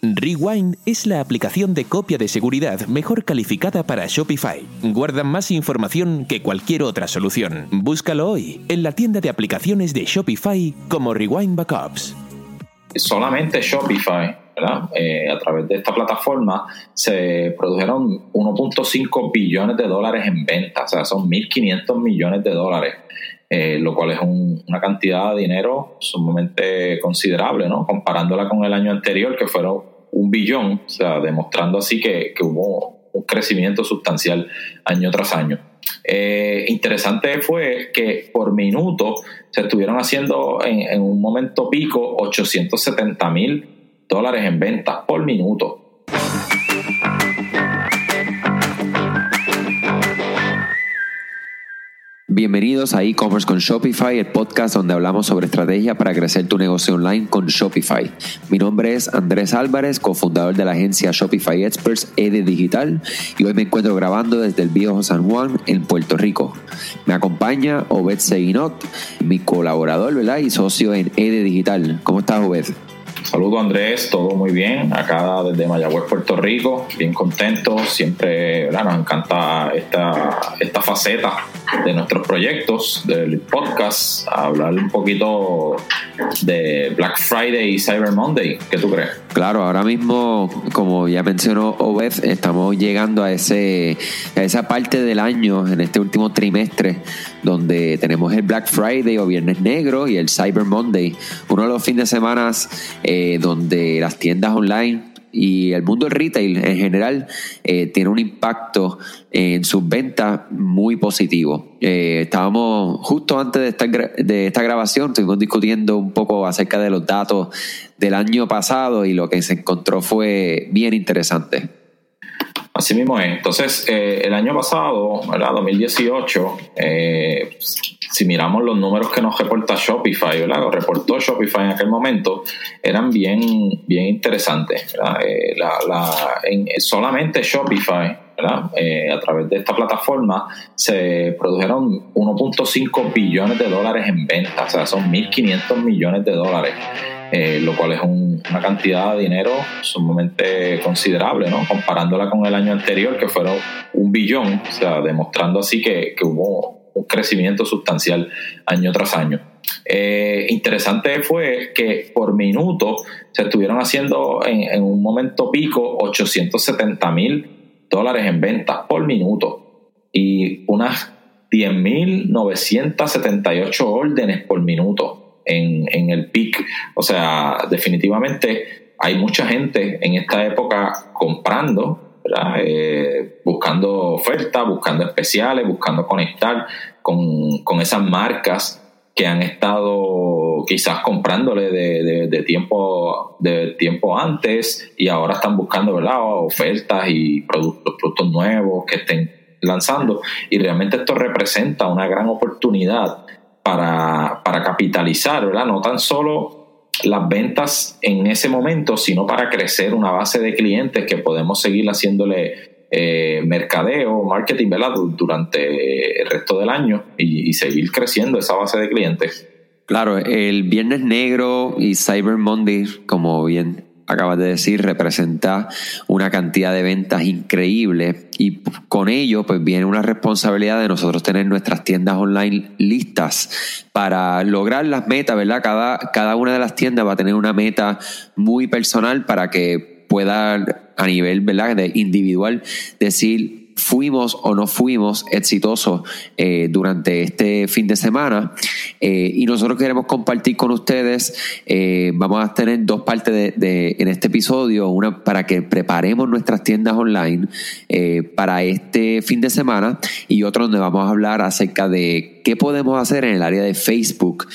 Rewind es la aplicación de copia de seguridad mejor calificada para Shopify. Guarda más información que cualquier otra solución. Búscalo hoy en la tienda de aplicaciones de Shopify como Rewind Backups. Solamente Shopify, ¿verdad? A través de esta plataforma se produjeron 1.5 billones de dólares en ventas, o sea, son 1.500 millones de dólares. Lo cual es una cantidad de dinero sumamente considerable, ¿no? Comparándola con el año anterior, que fueron 1 billón, o sea, demostrando así que hubo un crecimiento sustancial año tras año. Interesante fue que por minuto se estuvieron haciendo en un momento pico $870,000 en ventas por minuto. Bienvenidos a E-Commerce con Shopify, el podcast donde hablamos sobre estrategia para crecer tu negocio online con Shopify. Mi nombre es Andrés Álvarez, cofundador de la agencia Shopify Experts ED Digital, y hoy me encuentro grabando desde el viejo San Juan en Puerto Rico. Me acompaña Obed Seguinot, mi colaborador, ¿verdad? Y socio en ED Digital. ¿Cómo estás, Obed? Saludos, Andrés, todo muy bien, acá desde Mayagüez, Puerto Rico, bien contento, siempre, ¿verdad? Nos encanta esta faceta de nuestros proyectos, del podcast, hablar un poquito de Black Friday y Cyber Monday. ¿Qué tú crees? Claro, ahora mismo, como ya mencionó Obed, estamos llegando a esa parte del año, en este último trimestre, donde tenemos el Black Friday o Viernes Negro y el Cyber Monday, uno de los fines de semana donde las tiendas online y el mundo del retail en general tiene un impacto en sus ventas muy positivo. Estábamos justo antes de esta grabación, estuvimos discutiendo un poco acerca de los datos del año pasado y lo que se encontró fue bien interesante. Así mismo es. Entonces, el año pasado, ¿verdad? 2018, si miramos los números que nos reporta Shopify, ¿verdad? Lo reportó Shopify en aquel momento, eran bien interesantes, ¿verdad? Solamente Shopify, ¿verdad? A través de esta plataforma se produjeron 1.5 billones de dólares en ventas, o sea, son 1.500 millones de dólares. Lo cual es una cantidad de dinero sumamente considerable, ¿no? Comparándola con el año anterior, que fueron 1 billón, o sea, demostrando así que hubo un crecimiento sustancial año tras año. Interesante fue que por minuto se estuvieron haciendo en un momento pico $870,000 en ventas por minuto y unas 10.978 órdenes por minuto en el peak. O sea, definitivamente hay mucha gente en esta época comprando, ¿verdad? Buscando ofertas, buscando especiales, buscando conectar con esas marcas que han estado quizás comprándole de tiempo antes y ahora están buscando, ¿verdad? Ofertas y productos nuevos que estén lanzando, y realmente esto representa una gran oportunidad para capitalizar, ¿verdad? No tan solo las ventas en ese momento, sino para crecer una base de clientes que podemos seguir haciéndole mercadeo, marketing, ¿verdad? Durante el resto del año y seguir creciendo esa base de clientes. Claro, el Viernes Negro y Cyber Monday, como bien acabas de decir, representa una cantidad de ventas increíble, y con ello pues viene una responsabilidad de nosotros tener nuestras tiendas online listas para lograr las metas, ¿verdad? Cada una de las tiendas va a tener una meta muy personal para que pueda, a nivel, ¿verdad?, de individual, decir fuimos o no fuimos exitosos durante este fin de semana, y nosotros queremos compartir con ustedes. Vamos a tener dos partes en este episodio, una para que preparemos nuestras tiendas online para este fin de semana, y otro donde vamos a hablar acerca de qué podemos hacer en el área de Facebook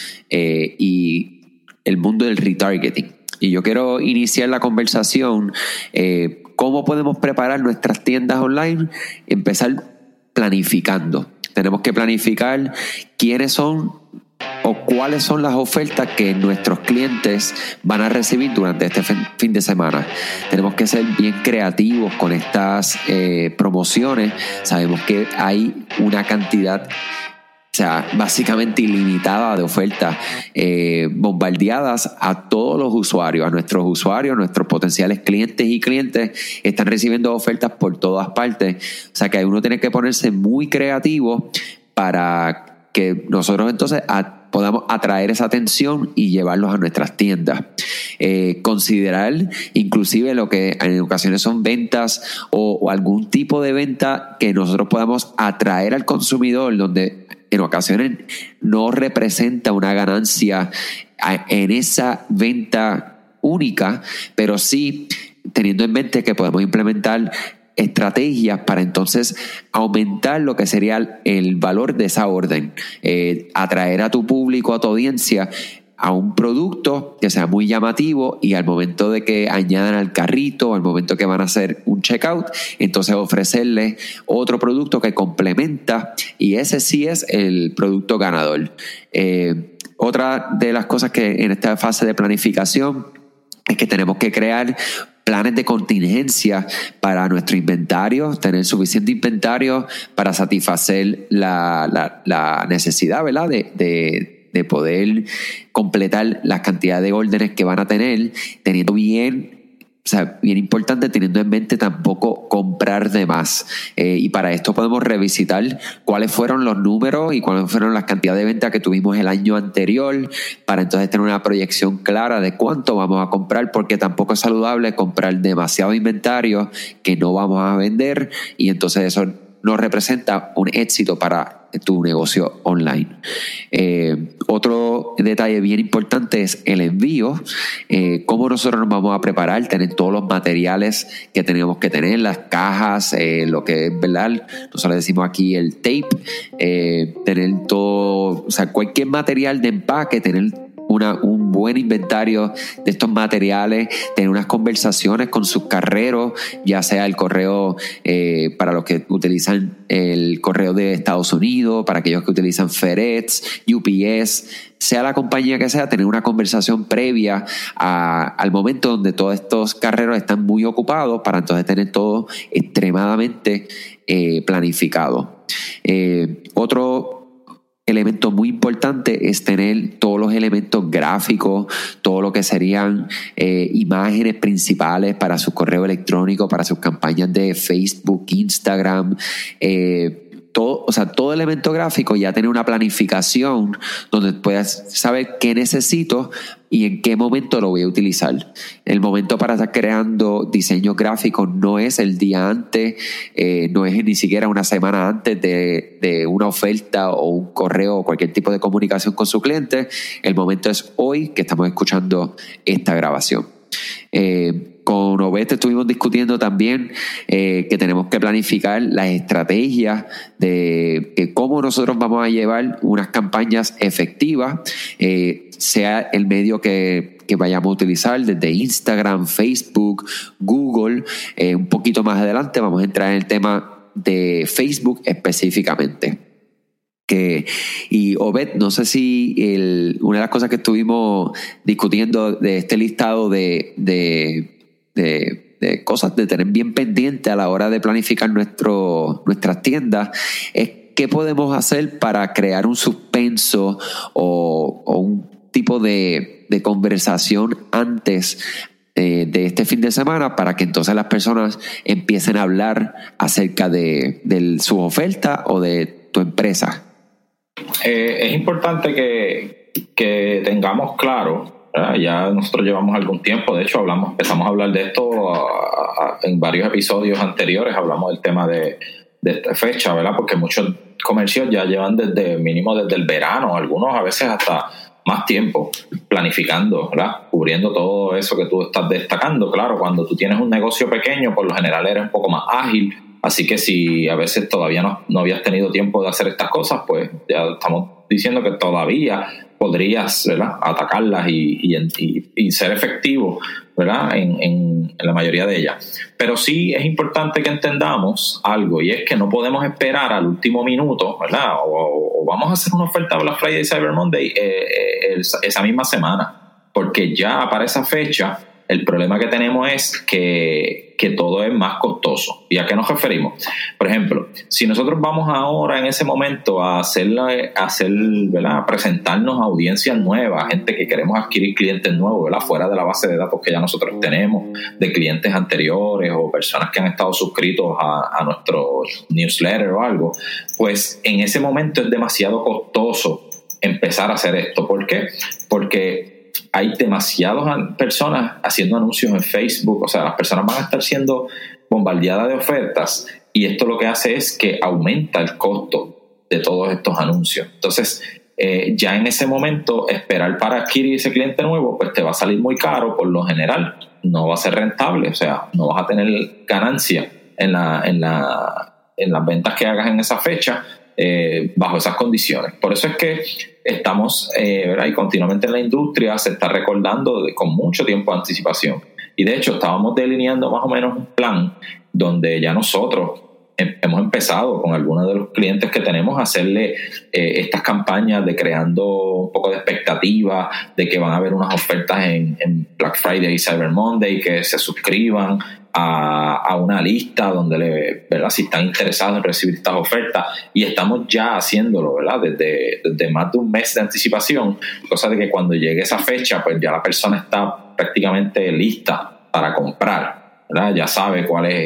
y el mundo del retargeting. Y yo quiero iniciar la conversación. ¿Cómo podemos preparar nuestras tiendas online? Empezar planificando. Tenemos que planificar quiénes son o cuáles son las ofertas que nuestros clientes van a recibir durante este fin de semana. Tenemos que ser bien creativos con estas promociones. Sabemos que hay una cantidad sea, básicamente ilimitada de ofertas bombardeadas a todos los usuarios, nuestros potenciales clientes y clientes están recibiendo ofertas por todas partes. O sea que uno tiene que ponerse muy creativo para que nosotros entonces podamos atraer esa atención y llevarlos a nuestras tiendas. Considerar inclusive lo que en ocasiones son ventas o algún tipo de venta que nosotros podamos atraer al consumidor, donde en ocasiones no representa una ganancia en esa venta única, pero sí teniendo en mente que podemos implementar estrategias para entonces aumentar lo que sería el valor de esa orden, atraer a tu público, a tu audiencia, a un producto que sea muy llamativo y al momento de que añadan al carrito, al momento que van a hacer un checkout, entonces ofrecerles otro producto que complementa, y ese sí es el producto ganador. Otra de las cosas que en esta fase de planificación es que tenemos que crear planes de contingencia para nuestro inventario, tener suficiente inventario para satisfacer la necesidad, ¿verdad?, de poder completar las cantidades de órdenes que van a tener, teniendo bien importante, teniendo en mente tampoco comprar de más. Y para esto podemos revisitar cuáles fueron los números y cuáles fueron las cantidades de ventas que tuvimos el año anterior, para entonces tener una proyección clara de cuánto vamos a comprar, porque tampoco es saludable comprar demasiado inventario que no vamos a vender, y entonces eso no representa un éxito para tu negocio online. Otro detalle bien importante es el envío. Cómo nosotros nos vamos a preparar, tener todos los materiales que tenemos que tener, las cajas, lo que es, ¿verdad?, nosotros decimos aquí el tape, tener todo, o sea, cualquier material de empaque, tener un buen inventario de estos materiales, tener unas conversaciones con sus carreros, ya sea el correo para los que utilizan el correo de Estados Unidos, para aquellos que utilizan FedEx, UPS, sea la compañía que sea, tener una conversación previa al momento donde todos estos carreros están muy ocupados, para entonces tener todo extremadamente planificado. Otro elemento muy importante es tener todos los elementos gráficos, todo lo que serían imágenes principales para su correo electrónico, para sus campañas de Facebook, Instagram, todo elemento gráfico, ya tener una planificación donde puedas saber qué necesito y en qué momento lo voy a utilizar. El momento para estar creando diseños gráficos no es el día antes, no es ni siquiera una semana antes de una oferta o un correo o cualquier tipo de comunicación con su cliente. El momento es hoy que estamos escuchando esta grabación. Con Obed estuvimos discutiendo también que tenemos que planificar las estrategias de cómo nosotros vamos a llevar unas campañas efectivas, sea el medio que vayamos a utilizar, desde Instagram, Facebook, Google. Un poquito más adelante vamos a entrar en el tema de Facebook específicamente. Y Obed, no sé si una de las cosas que estuvimos discutiendo de este listado de cosas de tener bien pendiente a la hora de planificar nuestras tiendas es qué podemos hacer para crear un suspenso o un tipo de conversación antes de este fin de semana, para que entonces las personas empiecen a hablar acerca de su oferta o de tu empresa. Es importante que tengamos claro, ¿verdad? Ya nosotros llevamos algún tiempo, de hecho empezamos a hablar de esto en varios episodios anteriores, hablamos del tema de esta fecha, ¿verdad? Porque muchos comercios ya llevan mínimo desde el verano, algunos a veces hasta más tiempo planificando, ¿verdad?, cubriendo todo eso que tú estás destacando. Claro, cuando tú tienes un negocio pequeño, por lo general eres un poco más ágil. Así que si a veces todavía no habías tenido tiempo de hacer estas cosas, pues ya estamos diciendo que todavía podrías, ¿verdad?, atacarlas y ser efectivo, ¿verdad?, en la mayoría de ellas. Pero sí es importante que entendamos algo, y es que no podemos esperar al último minuto, ¿verdad?, o vamos a hacer una oferta Black Friday y Cyber Monday esa misma semana, porque ya para esa fecha El problema que tenemos es que todo es más costoso. ¿Y a qué nos referimos? Por ejemplo, si nosotros vamos ahora en ese momento a ¿verdad? Presentarnos a audiencias nuevas, gente que queremos adquirir clientes nuevos, ¿verdad? Fuera de la base de datos que ya nosotros tenemos, de clientes anteriores o personas que han estado suscritos a nuestro newsletter o algo, pues en ese momento es demasiado costoso empezar a hacer esto. ¿Por qué? Porque hay demasiadas personas haciendo anuncios en Facebook, o sea, las personas van a estar siendo bombardeadas de ofertas y esto lo que hace es que aumenta el costo de todos estos anuncios. Entonces, ya en ese momento, esperar para adquirir ese cliente nuevo, pues te va a salir muy caro, por lo general, no va a ser rentable, o sea, no vas a tener ganancia en las ventas que hagas en esa fecha, bajo esas condiciones. Por eso es que estamos, ¿verdad? Y continuamente en la industria se está recordando con mucho tiempo de anticipación. Y de hecho estábamos delineando más o menos un plan donde ya nosotros hemos empezado con algunos de los clientes que tenemos a hacerle estas campañas de creando un poco de expectativa de que van a haber unas ofertas en Black Friday y Cyber Monday, que se suscriban a una lista donde ¿verdad? Si están interesados en recibir estas ofertas, y estamos ya haciéndolo, ¿verdad? Desde más de un mes de anticipación, cosa de que cuando llegue esa fecha pues ya la persona está prácticamente lista para comprar, ¿verdad? Ya sabe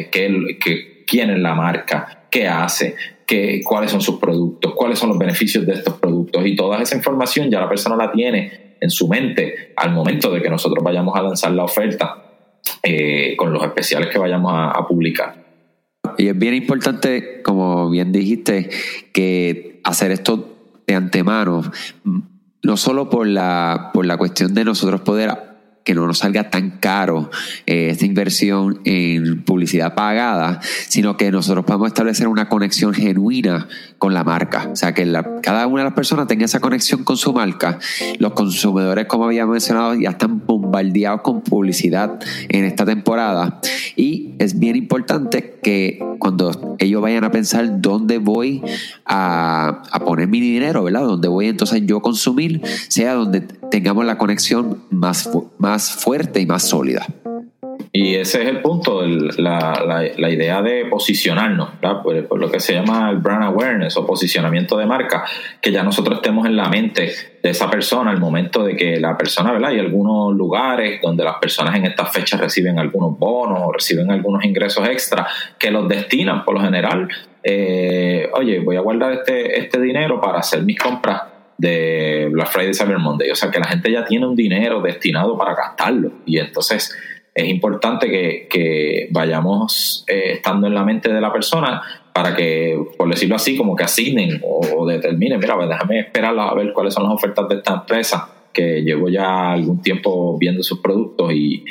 quién es la marca, qué hace, cuáles son sus productos, cuáles son los beneficios de estos productos, y toda esa información ya la persona la tiene en su mente al momento de que nosotros vayamos a lanzar la oferta con los especiales que vayamos a publicar. Y es bien importante, como bien dijiste, que hacer esto de antemano, no solo por la cuestión de nosotros poder que no nos salga tan caro esta inversión en publicidad pagada, sino que nosotros podamos establecer una conexión genuina con la marca. O sea, que cada una de las personas tenga esa conexión con su marca. Los consumidores, como había mencionado, ya están bombardeados con publicidad en esta temporada, y es bien importante que cuando ellos vayan a pensar dónde voy a poner mi dinero, ¿verdad? Dónde voy entonces yo a consumir, sea donde tengamos la conexión más fuerte y más sólida. Y ese es el punto, la idea de posicionarnos, ¿verdad? Por lo que se llama el brand awareness o posicionamiento de marca, que ya nosotros estemos en la mente de esa persona al momento de que la persona, ¿verdad? Hay algunos lugares donde las personas en estas fechas reciben algunos bonos o reciben algunos ingresos extra que los destinan por lo general. Oye, voy a guardar este dinero para hacer mis compras de Black Friday, Cyber Monday. O sea, que la gente ya tiene un dinero destinado para gastarlo, y entonces es importante que vayamos estando en la mente de la persona para que, por decirlo así, como que asignen o determinen, mira, pues déjame esperar a ver cuáles son las ofertas de esta empresa, que llevo ya algún tiempo viendo sus productos,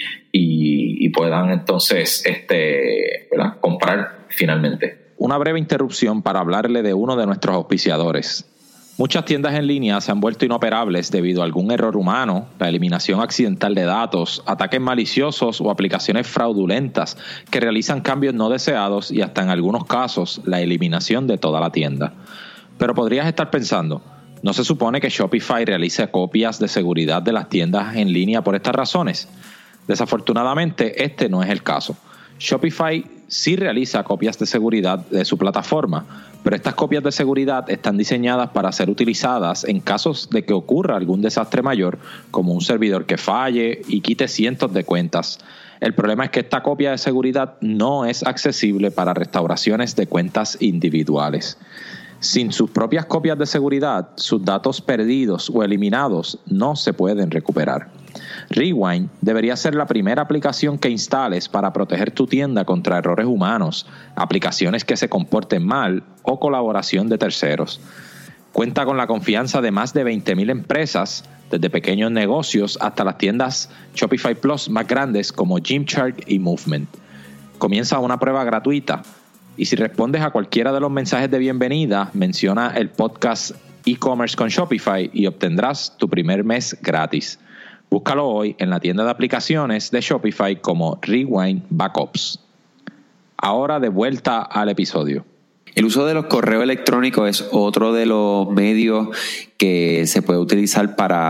y puedan entonces ¿verdad? Comprar finalmente. Una breve interrupción para hablarle de uno de nuestros auspiciadores. Muchas tiendas en línea se han vuelto inoperables debido a algún error humano, la eliminación accidental de datos, ataques maliciosos o aplicaciones fraudulentas que realizan cambios no deseados, y hasta en algunos casos la eliminación de toda la tienda. Pero podrías estar pensando, ¿no se supone que Shopify realice copias de seguridad de las tiendas en línea por estas razones? Desafortunadamente, este no es el caso. Shopify sí realiza copias de seguridad de su plataforma, pero estas copias de seguridad están diseñadas para ser utilizadas en casos de que ocurra algún desastre mayor, como un servidor que falle y quite cientos de cuentas. El problema es que esta copia de seguridad no es accesible para restauraciones de cuentas individuales. Sin sus propias copias de seguridad, sus datos perdidos o eliminados no se pueden recuperar. Rewind debería ser la primera aplicación que instales para proteger tu tienda contra errores humanos, aplicaciones que se comporten mal o colaboración de terceros. Cuenta con la confianza de más de 20,000 empresas, desde pequeños negocios hasta las tiendas Shopify Plus más grandes como Gymshark y Movement. Comienza una prueba gratuita, y si respondes a cualquiera de los mensajes de bienvenida, menciona el podcast E-Commerce con Shopify y obtendrás tu primer mes gratis. Búscalo hoy en la tienda de aplicaciones de Shopify como Rewind Backups. Ahora de vuelta al episodio. El uso de los correos electrónicos es otro de los medios que se puede utilizar para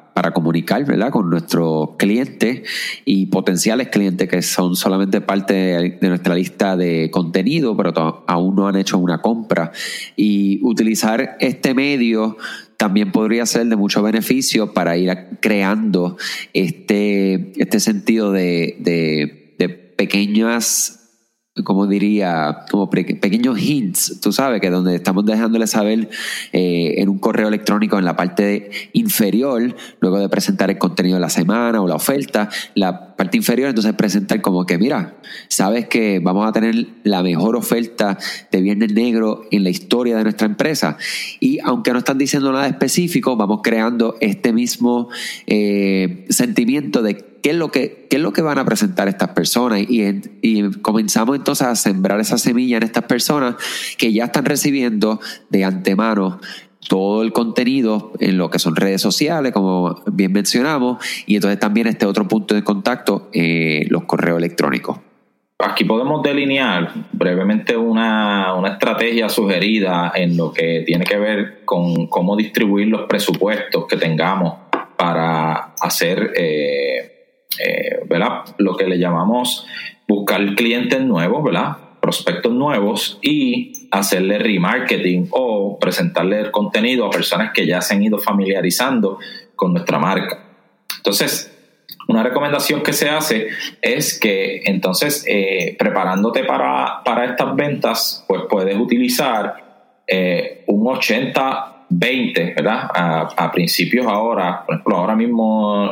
comunicar, ¿verdad?, con nuestros clientes y potenciales clientes que son solamente parte de nuestra lista de contenido, pero aún no han hecho una compra. Y utilizar este medio también podría ser de mucho beneficio para ir creando este sentido de pequeñas, como diría, como pequeños hints, tú sabes, que donde estamos dejándole saber en un correo electrónico en la parte inferior, luego de presentar el contenido de la semana o la oferta, la parte inferior, entonces presentar como que, mira, sabes que vamos a tener la mejor oferta de Viernes Negro en la historia de nuestra empresa. Y aunque no están diciendo nada específico, vamos creando este mismo sentimiento de ¿qué es lo que van a presentar estas personas? Y comenzamos entonces a sembrar esa semilla en estas personas que ya están recibiendo de antemano todo el contenido en lo que son redes sociales, como bien mencionamos, y entonces también este otro punto de contacto, los correos electrónicos. Aquí podemos delinear brevemente una estrategia sugerida en lo que tiene que ver con cómo distribuir los presupuestos que tengamos para hacer ¿verdad?, lo que le llamamos buscar clientes nuevos, ¿verdad?, prospectos nuevos, y hacerle remarketing o presentarle el contenido a personas que ya se han ido familiarizando con nuestra marca. Entonces, una recomendación que se hace es que entonces preparándote para estas ventas, pues puedes utilizar un 80-20, ¿verdad? A principios ahora, por ejemplo, ahora mismo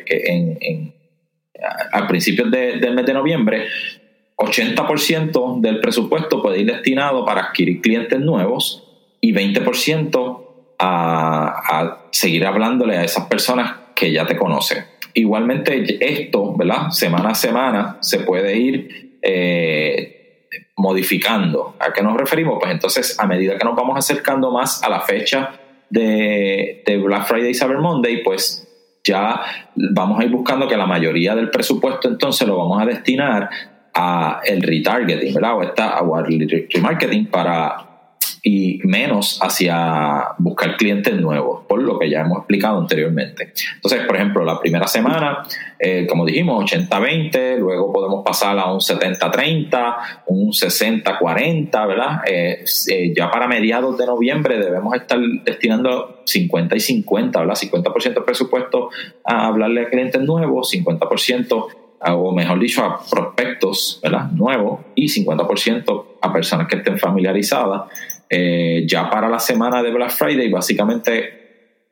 a principios del mes de noviembre, 80% del presupuesto puede ir destinado para adquirir clientes nuevos y 20% a seguir hablándole a esas personas que ya te conocen. Igualmente esto, ¿verdad?, semana a semana se puede ir modificando. ¿A qué nos referimos? Pues entonces, a medida que nos vamos acercando más a la fecha de Black Friday y Cyber Monday, pues ya vamos a ir buscando que la mayoría del presupuesto entonces lo vamos a destinar a el retargeting, ¿verdad?, o al remarketing, y menos hacia buscar clientes nuevos, por lo que ya hemos explicado anteriormente. Entonces, por ejemplo, la primera semana, como dijimos, 80-20, luego podemos pasar a un 70-30, un 60-40, ¿verdad? Ya para mediados de noviembre debemos estar destinando 50 y 50, ¿verdad? 50% del presupuesto a hablarle a clientes nuevos, 50%, o mejor dicho, a prospectos, ¿verdad?, nuevos, y 50% a personas que estén familiarizadas. Ya para la semana de Black Friday, básicamente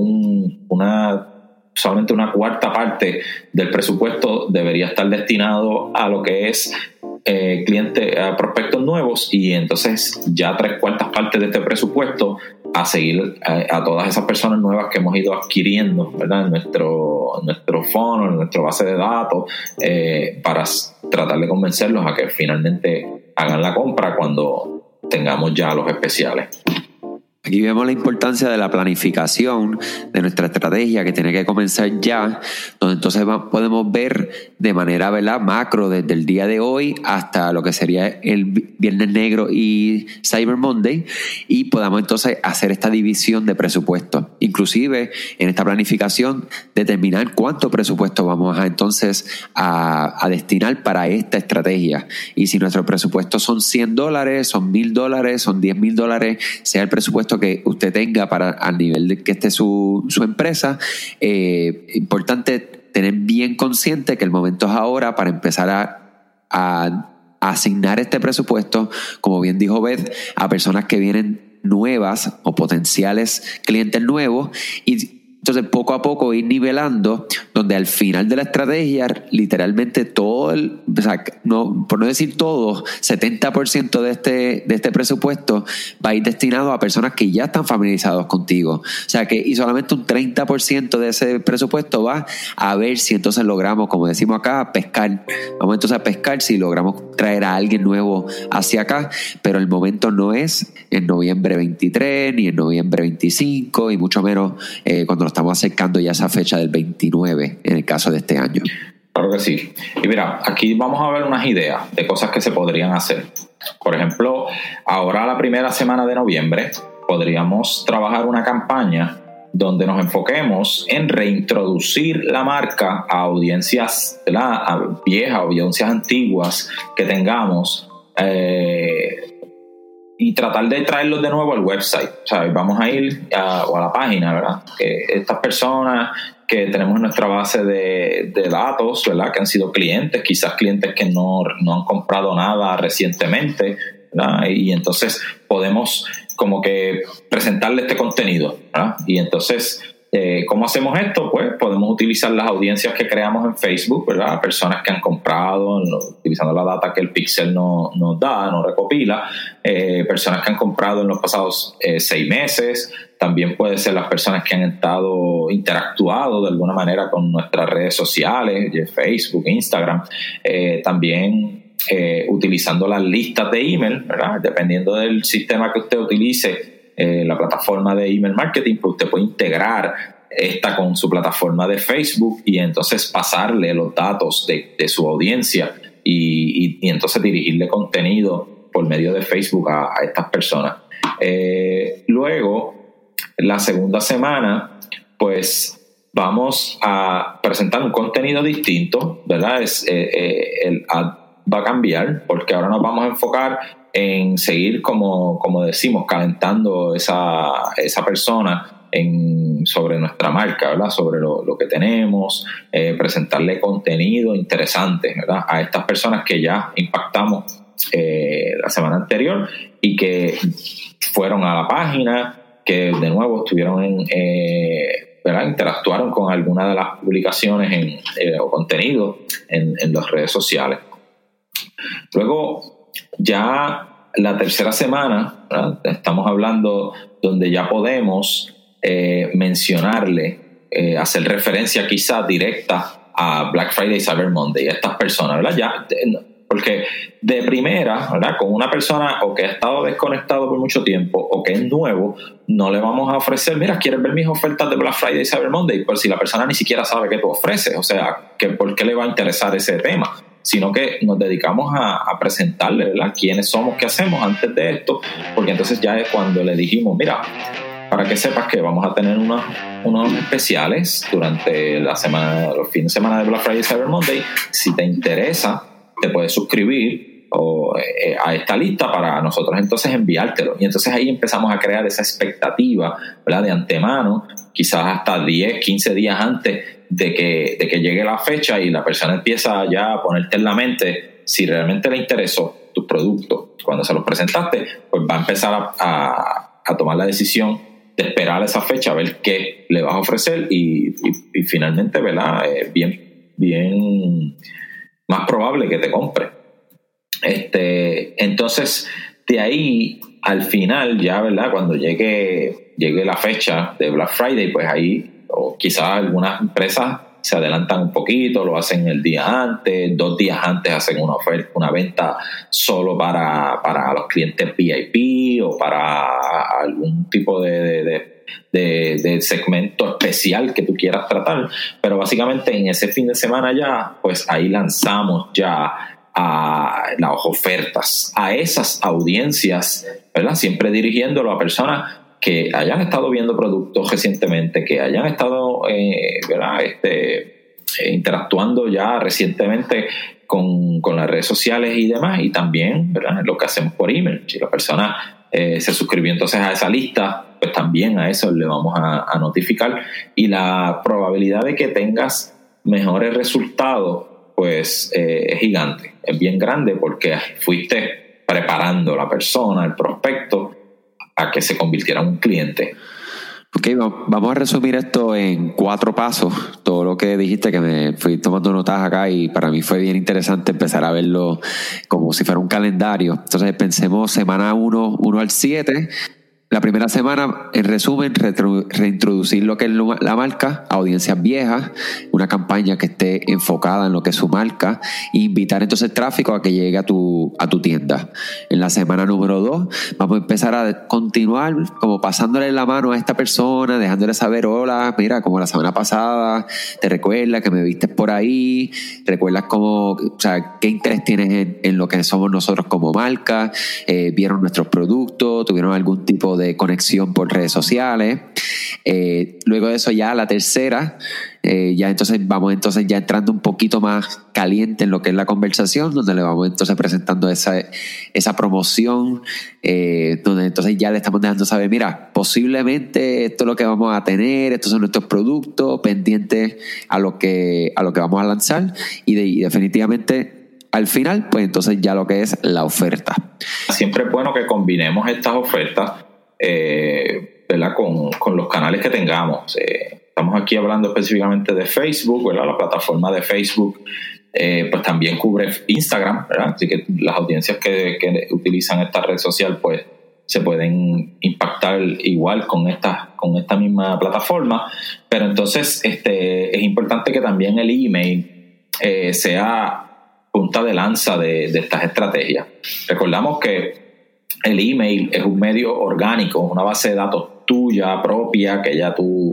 solamente una cuarta parte del presupuesto debería estar destinado a lo que es prospectos nuevos, y entonces ya 3/4 partes de este presupuesto a seguir a todas esas personas nuevas que hemos ido adquiriendo, ¿verdad?, en nuestro funnel, en nuestra base de datos, para tratar de convencerlos a que finalmente hagan la compra cuando tengamos ya los especiales. Aquí vemos la importancia de la planificación de nuestra estrategia, que tiene que comenzar ya, donde entonces podemos ver de manera, ¿verdad?, macro, desde el día de hoy hasta lo que sería el Viernes Negro y Cyber Monday, y podamos entonces hacer esta división de presupuesto. Inclusive en esta planificación determinar cuánto presupuesto vamos a entonces a destinar para esta estrategia. Y si nuestro presupuesto son $100, son $1,000, son $10,000, sea el presupuesto que usted tenga para al nivel de que esté su empresa, importante tener bien consciente que el momento es ahora para empezar a asignar este presupuesto, como bien dijo Beth, a personas que vienen nuevas o potenciales clientes nuevos, y entonces poco a poco ir nivelando, donde al final de la estrategia literalmente todo por no decir todo, 70% de este presupuesto va a ir destinado a personas que ya están familiarizados contigo. O sea que, y solamente un 30% de ese presupuesto va a ver si entonces logramos, como decimos acá, pescar. Vamos entonces a pescar si logramos traer a alguien nuevo hacia acá, pero el momento no es en noviembre 23 ni en noviembre 25, y mucho menos cuando nos estamos acercando ya a esa fecha del 29 en el caso de este año. Claro que sí. Y mira, aquí vamos a ver unas ideas de cosas que se podrían hacer. Por ejemplo, ahora la primera semana de noviembre podríamos trabajar una campaña donde nos enfoquemos en reintroducir la marca a audiencias, ¿verdad?, a viejas, audiencias antiguas que tengamos, y tratar de traerlos de nuevo al website. O sea, vamos a ir a la página, ¿verdad? Que estas personas que tenemos en nuestra base de datos, ¿verdad?, que han sido clientes, quizás clientes que no han comprado nada recientemente, ¿verdad? Y entonces podemos como que presentarle este contenido, ¿verdad? Y entonces, ¿cómo hacemos esto? Pues podemos utilizar las audiencias que creamos en Facebook, ¿verdad? Personas que han comprado, utilizando la data que el Pixel nos da, nos recopila, personas que han comprado en los pasados 6 meses. También puede ser las personas que han estado interactuado de alguna manera con nuestras redes sociales, Facebook, Instagram. También utilizando las listas de email, ¿verdad? Dependiendo del sistema que usted utilice, la plataforma de email marketing, pues usted puede integrar esta con su plataforma de Facebook y entonces pasarle los datos de su audiencia y entonces dirigirle contenido por medio de Facebook a estas personas. Luego, la segunda semana, pues vamos a presentar un contenido distinto, ¿verdad? El ad va a cambiar porque ahora nos vamos a enfocar en seguir, como decimos, calentando esa persona sobre nuestra marca, ¿verdad? Sobre lo que tenemos, presentarle contenido interesante, ¿verdad?, a estas personas que ya impactamos la semana anterior y que fueron a la página, que de nuevo estuvieron ¿verdad?, interactuaron con alguna de las publicaciones o contenido en las redes sociales. Luego, ya la tercera semana, ¿verdad?, estamos hablando donde ya podemos mencionarle, hacer referencia quizá directa a Black Friday y Cyber Monday, a estas personas, ¿verdad? Ya, porque de primera, ¿verdad?, con una persona o que ha estado desconectado por mucho tiempo o que es nuevo, no le vamos a ofrecer, mira, ¿quieres ver mis ofertas de Black Friday y Cyber Monday? Pues si la persona ni siquiera sabe qué tú ofreces, o sea, ¿por qué le va a interesar ese tema? Sino que nos dedicamos a presentarle, ¿verdad?, quiénes somos, qué hacemos antes de esto, porque entonces ya es cuando le dijimos, mira, para que sepas que vamos a tener unos especiales durante la semana, los fines de semana de Black Friday y Cyber Monday. Si te interesa, te puedes suscribir a esta lista para nosotros entonces enviártelo. Y entonces ahí empezamos a crear esa expectativa, ¿verdad?, de antemano, quizás hasta 10, 15 días antes de que llegue la fecha y la persona empieza ya a ponerte en la mente si realmente le interesó tu producto. Cuando se los presentaste, pues va a empezar a tomar la decisión de esperar esa fecha, a ver qué le vas a ofrecer y finalmente, ¿verdad?, bien más probable que te compre. Entonces, de ahí al final ya, ¿verdad?, cuando llegue la fecha de Black Friday, pues ahí, o quizás algunas empresas se adelantan un poquito, lo hacen el día antes, 2 días antes hacen una oferta, una venta solo para los clientes VIP o para algún tipo de segmento especial que tú quieras tratar, pero básicamente en ese fin de semana ya, pues ahí lanzamos ya a las ofertas a esas audiencias, ¿verdad?, siempre dirigiéndolo a personas que hayan estado viendo productos recientemente, que hayan estado ¿verdad?, interactuando ya recientemente con las redes sociales y demás, y también, ¿verdad?, lo que hacemos por email. Si la persona se suscribió entonces a esa lista, pues también a eso le vamos a notificar, y la probabilidad de que tengas mejores resultados pues es gigante, es bien grande, porque fuiste preparando a la persona, el prospecto, a que se convirtiera en un cliente. Ok, vamos a resumir esto en 4 pasos. Todo lo que dijiste, que me fui tomando notas acá y para mí fue bien interesante empezar a verlo como si fuera un calendario. Entonces pensemos semana 1 al 7. La primera semana, en resumen, reintroducir lo que es la marca a audiencias viejas, una campaña que esté enfocada en lo que es su marca, e invitar entonces tráfico a que llegue a tu tienda. En la semana número 2 vamos a empezar a continuar como pasándole la mano a esta persona, dejándole saber, hola, mira, como la semana pasada, te recuerdas que me viste por ahí, recuerdas cómo, o sea, qué interés tienes en lo que somos nosotros como marca, vieron nuestros productos, tuvieron algún tipo de conexión por redes sociales. Luego de eso ya la tercera, ya entonces vamos ya entrando un poquito más caliente en lo que es la conversación, donde le vamos entonces presentando esa promoción, donde entonces ya le estamos dejando saber, mira, posiblemente esto es lo que vamos a tener, estos son nuestros productos, pendientes a lo que vamos a lanzar, y definitivamente al final, pues entonces ya lo que es la oferta. Siempre es bueno que combinemos estas ofertas, ¿verdad? Con los canales que tengamos. Estamos aquí hablando específicamente de Facebook, ¿verdad? La plataforma de Facebook pues también cubre Instagram, ¿verdad? Así que las audiencias que utilizan esta red social pues se pueden impactar igual con esta misma plataforma. Pero entonces es importante que también el email sea punta de lanza de estas estrategias. Recordamos que el email es un medio orgánico, una base de datos tuya propia que ya tú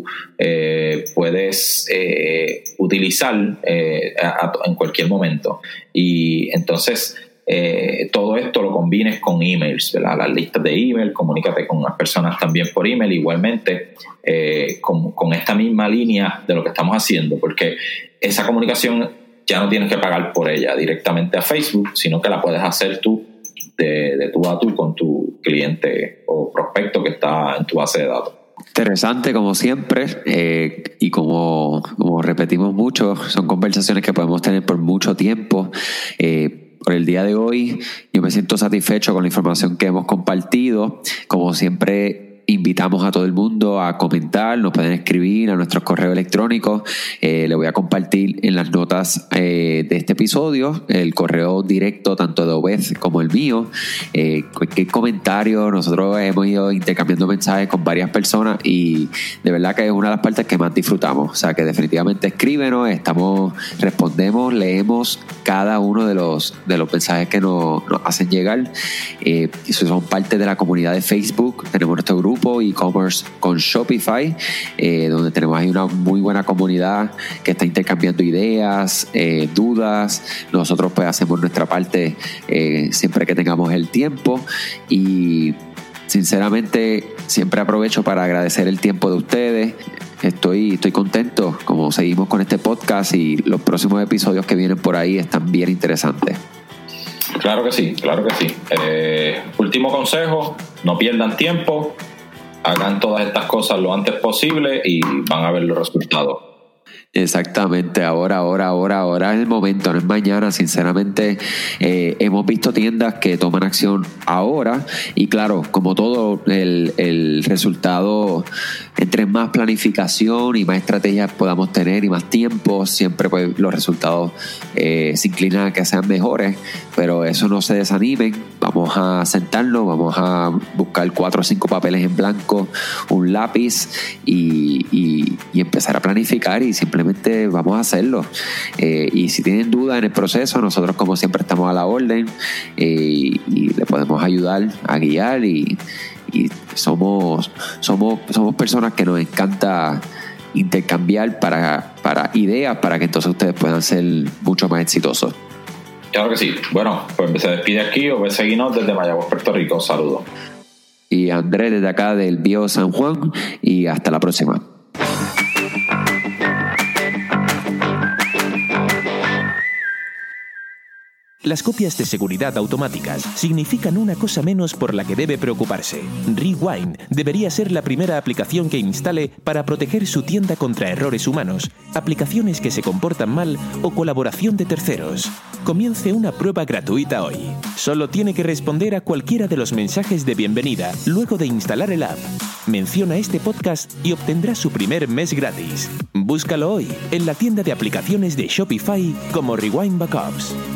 puedes utilizar en cualquier momento. Y entonces todo esto lo combines con emails, ¿verdad? Las listas de email, comunícate con las personas también por email, igualmente con esta misma línea de lo que estamos haciendo, porque esa comunicación ya no tienes que pagar por ella directamente a Facebook, sino que la puedes hacer tú de tú a tú con tu cliente o prospecto que está en tu base de datos. Interesante, como siempre, y como repetimos mucho, son conversaciones que podemos tener por mucho tiempo. Por el día de hoy, yo me siento satisfecho con la información que hemos compartido. Como siempre, invitamos a todo el mundo a comentar, nos pueden escribir a nuestros correos electrónicos. Le voy a compartir en las notas de este episodio el correo directo tanto de Obed como el mío. Cualquier comentario, nosotros hemos ido intercambiando mensajes con varias personas y de verdad que es una de las partes que más disfrutamos. O sea que definitivamente escríbenos, respondemos, leemos cada uno de los mensajes que nos hacen llegar. Son parte de la comunidad de Facebook. Tenemos nuestro grupo e-commerce con Shopify, donde tenemos ahí una muy buena comunidad que está intercambiando ideas, dudas. Nosotros pues hacemos nuestra parte siempre que tengamos el tiempo, y sinceramente siempre aprovecho para agradecer el tiempo de ustedes. Estoy contento como seguimos con este podcast, y los próximos episodios que vienen por ahí están bien interesantes. Claro que sí. Último consejo: no pierdan tiempo, hagan todas estas cosas lo antes posible y van a ver los resultados. Exactamente, ahora es el momento, no es mañana. Sinceramente, hemos visto tiendas que toman acción ahora, y claro, como todo, el resultado, entre más planificación y más estrategias podamos tener y más tiempo, siempre pues los resultados se inclinan a que sean mejores. Pero eso, no se desanimen, vamos a sentarnos, vamos a buscar 4 o 5 papeles en blanco, un lápiz y empezar a planificar, y simplemente vamos a hacerlo. Y si tienen dudas en el proceso, nosotros como siempre estamos a la orden, y le podemos ayudar a guiar, y somos personas que nos encanta intercambiar para ideas, para que entonces ustedes puedan ser mucho más exitosos. Claro que sí. Bueno, pues se despide aquí Obed Seguinot desde Mayagüez, Puerto Rico. Saludos. Y Andrés desde acá del Bio San Juan, y hasta la próxima. Las copias de seguridad automáticas significan una cosa menos por la que debe preocuparse. Rewind debería ser la primera aplicación que instale para proteger su tienda contra errores humanos, aplicaciones que se comportan mal o colaboración de terceros. Comience una prueba gratuita hoy. Solo tiene que responder a cualquiera de los mensajes de bienvenida luego de instalar el app. Menciona este podcast y obtendrá su primer mes gratis. Búscalo hoy en la tienda de aplicaciones de Shopify como Rewind Backups.